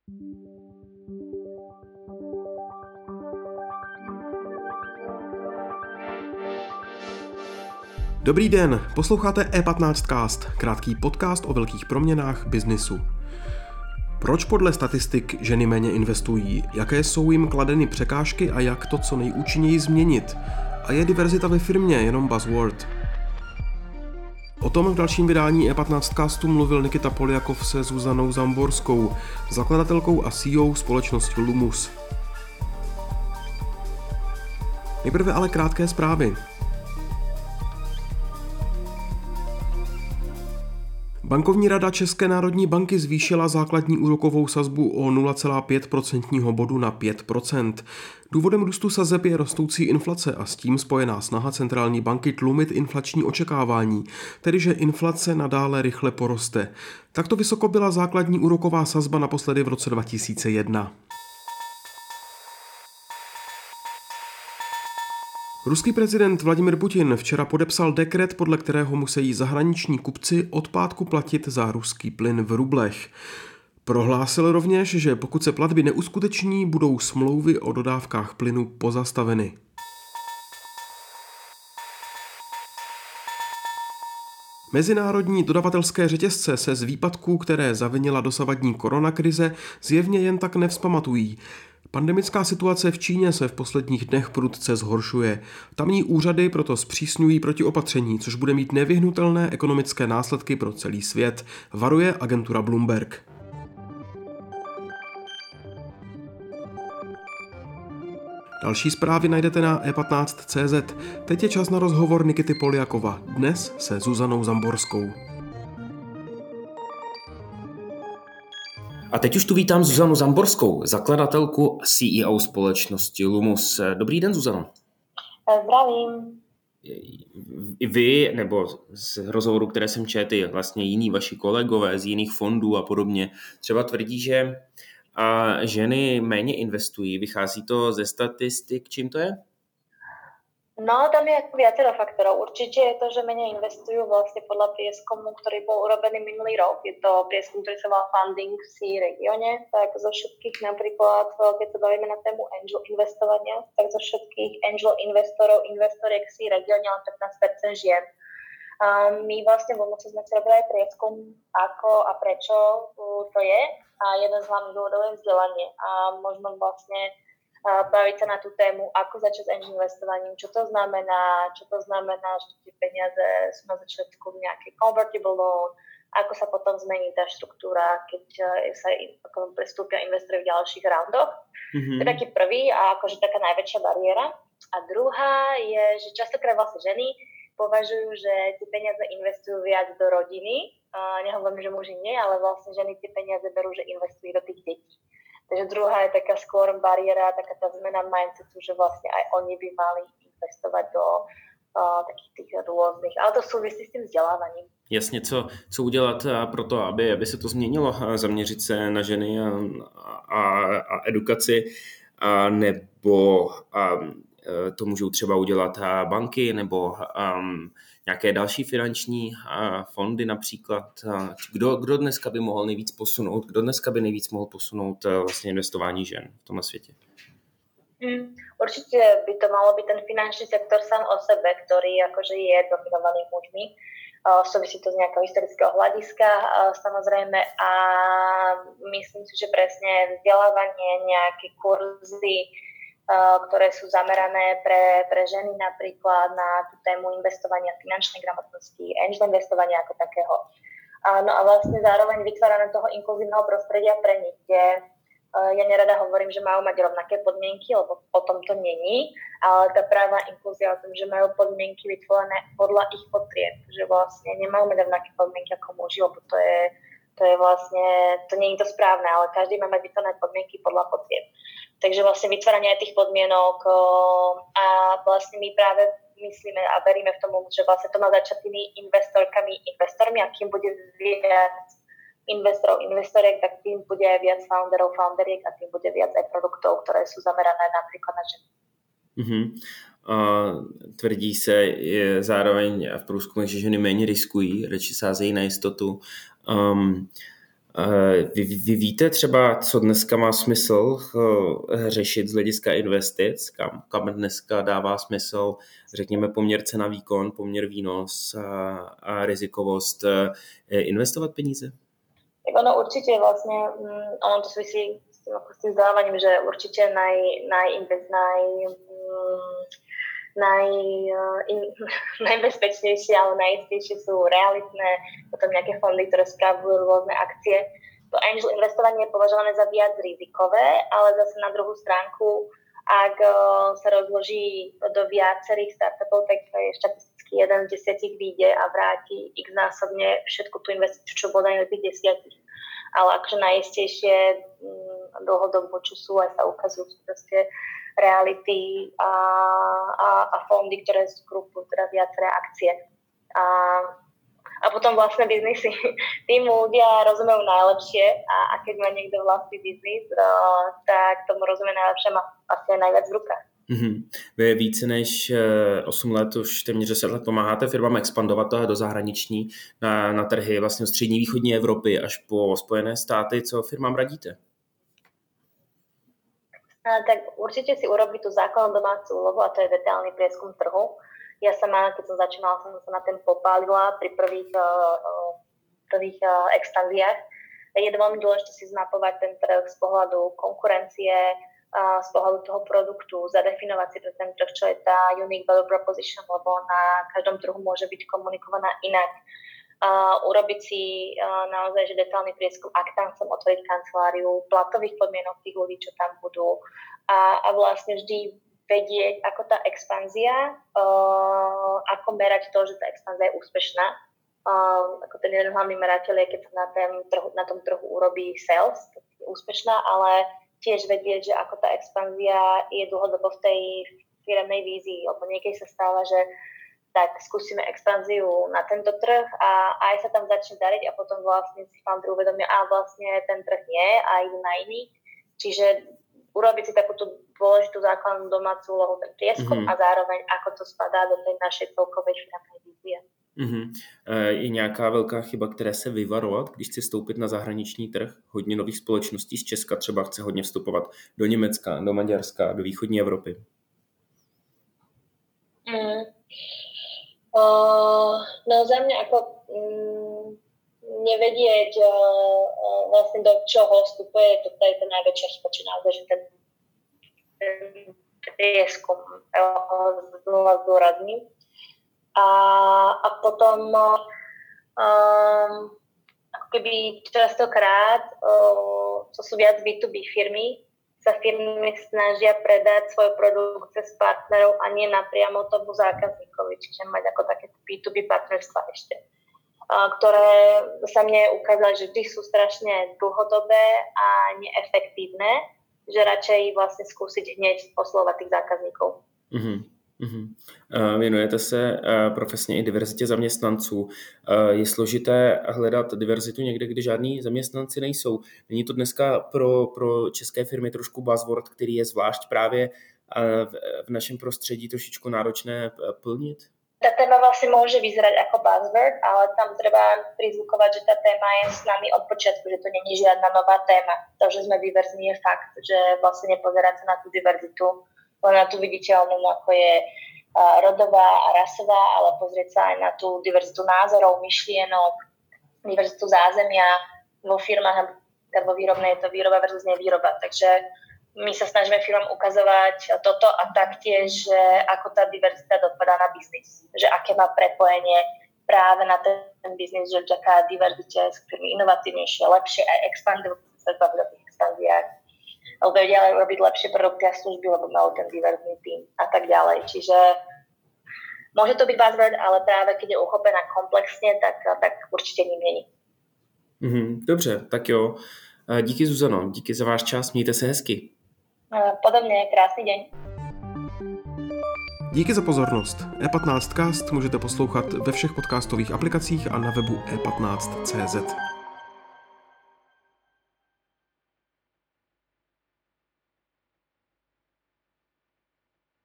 Dobrý den, posloucháte E15cast, krátký podcast o velkých proměnách biznisu. Proč podle statistik ženy méně investují, jaké jsou jim kladeny překážky a jak to co nejúčinněji změnit? A je diverzita ve firmě jenom buzzword? O tom v dalším vydání E15castu mluvil Nikita Poljakov se Zuzanou Zamborskou, zakladatelkou a CEO společnosti Lumus. Nejprve ale krátké zprávy. Bankovní rada České národní banky zvýšila základní úrokovou sazbu o 0,5% bodu na 5%. Důvodem růstu sazeb je rostoucí inflace a s tím spojená snaha centrální banky tlumit inflační očekávání, tedy že inflace nadále rychle poroste. Takto vysoko byla základní úroková sazba naposledy v roce 2001. Ruský prezident Vladimir Putin včera podepsal dekret, podle kterého musí zahraniční kupci od pátku platit za ruský plyn v rublech. Prohlásil rovněž, že pokud se platby neuskuteční, budou smlouvy o dodávkách plynu pozastaveny. Mezinárodní dodavatelské řetězce se z výpadků, které zavinila dosavadní koronakrize, zjevně jen tak nevzpamatují. Pandemická situace v Číně se v posledních dnech prudce zhoršuje. Tamní úřady proto zpřísňují protiopatření, což bude mít nevyhnutelné ekonomické následky pro celý svět, varuje agentura Bloomberg. Další zprávy najdete na e15.cz. Teď je čas na rozhovor Nikity Poljakova, dnes se Zuzanou Zamborskou. A teď už tu vítám Zuzanu Zamborskou, zakladatelku CEO společnosti Lumus. Dobrý den, Zuzano. Zdravím. I vy, nebo z rozhovoru, které jsem četl, i vlastně jiní vaši kolegové z jiných fondů a podobně, třeba tvrdí, že ženy méně investují. Vychází to ze statistik, čím to je? No, tam je viacero faktorov. Určite je to, že menej investujú vlastne podľa prieskumu, ktorý bol urobený minulý rok. Je to prieskum, ktorý sa volá Funding v C regióne. Tak zo všetkých napríklad, keď sa bavíme na tému angel investovania, tak zo všetkých angel investoriek v C regióne len 15% žien. My vlastne v Lumusu sme si robili aj prieskum, ako a prečo to je. A jeden z hlavných dôvodov je vzdelanie. A možno vlastne baviť sa na tú tému, ako začať s angel investovaním, čo to znamená, že tie peniaze sú na začiatku nejaký convertible loan, ako sa potom zmení tá štruktúra, keď sa pristúpia investori v ďalších roundoch. To je taký prvý a akože taká najväčšia bariéra. A druhá je, že častokrát vlastne ženy považujú, že tie peniaze investujú viac do rodiny. Nehovorím, že muži nie, ale vlastne ženy tie peniaze berú, že investujú do tých detí. Takže druhá je taká skôr bariéra, taká tá zmena mindsetu, že vlastne aj oni by mali investovať do takých tých rôznych, ale to súvisí s tím vzděláváním. Jasně, co udělat pro to, aby se to změnilo, zaměřit se na ženy a edukaci, nebo to můžou třeba udělat banky, nebo nějaké další finanční fondy například. Kdo dneska by mohl nejvíc posunout vlastně investování žen v tomhle světě? Určite by to malo byť ten finančný sektor sám o sebe, ktorý akože je dominovaný mužmi. Súvisí to z nejakého historického hľadiska samozrejme a myslím si, že presne vzdelávanie, nejaké kurzy, ktoré sú zamerané pre ženy napríklad na tú tému investovania, finančnej gramotnosti, angel investovania ako takého. No a vlastne zároveň vytváranie toho inkluzívneho prostredia pre nich, kde ja nerada hovorím, že majú mať rovnaké podmienky, lebo o tom to není, ale tá práva inklúzia o tom, že majú podmienky vytvorené podľa ich potrieb, že vlastne nemajú mať rovnaké podmienky ako muži, lebo to je vlastne, to nie je to správne, ale každý má mať vytvorené podmienky podľa potrieb. Takže vlastne vytváranie aj tých podmienok a vlastne my práve myslíme a veríme v tomu, že vlastne to má začať tými investormi a kým bude viac investoriek, tak tým bude aj viac founderiek a tým bude viac aj produktov, ktoré sú zamerané napríklad na ženy. Tvrdí se zároveň v průzkumech, že ženy méně riskují, radši sázejí na jistotu. Vy víte třeba, co dneska má smysl řešit z hlediska investic, kam dneska dává smysl, řekněme, poměr cena výkon, poměr výnos a rizikovost investovat peníze? Tak ono určite vlastne, ono to súvisí s tým vzdelávaním, že určite najbezpečnejšie, ale najistejšie sú realitné, potom nejaké fondy, ktoré spravujú rôzne akcie. To angel investovanie je považované za viac rizikové, ale zase na druhú stránku, ak sa rozloží do viacerých startupov, tak je štatisticky 1 z 10 vyjde a vráti x násobne všetku tú investíciu, čo bolo na tých 10. Ale akože najistejšie dlhodobo, čo sú, aj sa ukazujú proste reality a fondy, ktoré skrupujú teda viaceré akcie. A potom vlastné biznisy. Tým ľudia rozumejú najlepšie a keď má niekto vlastný biznis, tak tomu rozumie najlepšie, má asi najviac v rukách. Vy více než 8 let, už téměř 10 let pomáháte firmám expandovat do zahraniční na trhy vlastně střední východní Evropy až po Spojené státy. Co firmám radíte? Tak určite si urobiť tú základnú domácu úlohu a to je detailný prieskum trhu. Ja sama, keď som začínala, som sa na ten popálila pri prvých expanziách. Je veľmi dôležité si zmapovať ten trh z pohľadu konkurencie, z pohľadu toho produktu, zadefinovať si ten trh, čo je tá unique value proposition, lebo na každom trhu môže byť komunikovaná inak. Urobiť si naozaj že detailný prieskum, ak tam chcem otvoriť kanceláriu, platových podmienok tých ľudí, čo tam budú a vlastne vždy vedieť, ako tá expanzia, ako merať to, že tá expanzia je úspešná. Ako ten jeden hlavný merateľ je, keď sa na tom trhu urobí sales, tak je úspešná, ale tiež vedieť, že ako tá expanzia je dlhodobo v tej firemnej vízii, lebo niekedy sa stáva, že tak skúsime expanziu na tento trh a aj sa tam začne dariť a potom vlastne si foundry uvedomia, vlastne ten trh nie a idú na iný. Čiže urobiť si takúto dôležitú základnú domácu úlohu, ten prieskum a zároveň ako to spadá do tej našej celkovej firemnej vízie. Je nějaká velká chyba, které se vyvarovat, když chci vstoupit na zahraniční trh? Hodně nových společností z Česka třeba chce hodně vstupovat do Německa, do Maďarska, do východní Evropy. No za mňa ako nevedieť vlastne do čoho vstupuje, to je tá najväčšia chyba, či naozaj, že ten prieskum znova zdôrazním. A potom ako keby častokrát, to sú viac B2B firmy, sa firmy snažia predať svoj produkt cez partnerov a nie napriamo tomu zákazníkovi, čiže mať ako také B2B partnerstva ešte, ktoré sa mne ukázali, že vždy sú strašne dlhodobé a neefektívne, že radšej vlastne skúsiť hneď oslovať tých zákazníkov. Věnujete se profesně i diverzitě zaměstnanců. Je složité hledat diverzitu někde, kde žádní zaměstnanci nejsou. Není to dneska pro české firmy trošku buzzword, který je zvlášť právě v našem prostředí trošičku náročné plnit? Tá téma vlastne môže vyzerať ako buzzword, ale tam treba prizvukovať, že tá téma je s nami od počiatku, že to nie je žiadna nová téma. To, že sme diverzní, je fakt, že vlastne nepozerať sa na tú diverzitu, len na tú viditeľnú, ako je rodová a rasová, ale pozrieť sa aj na tú diverzitu názorov, myšlienok, diverzitu zázemia vo firmách, vo výrobnej je to výroba versus nevýroba. Takže my sa snažíme firmám ukazovať toto a taktiež, že ako tá diverzita dopadá na biznis. Že aké má prepojenie práve na ten biznis, že vďaka diverzite sú firmy inovatívnejšie, lepšie aj expandujú sa v tých expanziách. Vedia ale robiť lepšie produkty a služby, lebo majú ten diverzný tým a tak ďalej. Čiže môže to byť buzzword, ale práve keď je uchopená komplexne, tak určite ním není. Dobře, tak jo. Díky Zuzano, díky za váš čas, mějte se hezky. Podobně, krásný deň. Díky za pozornost. E15cast můžete poslouchat ve všech podcastových aplikacích a na webu e15.cz.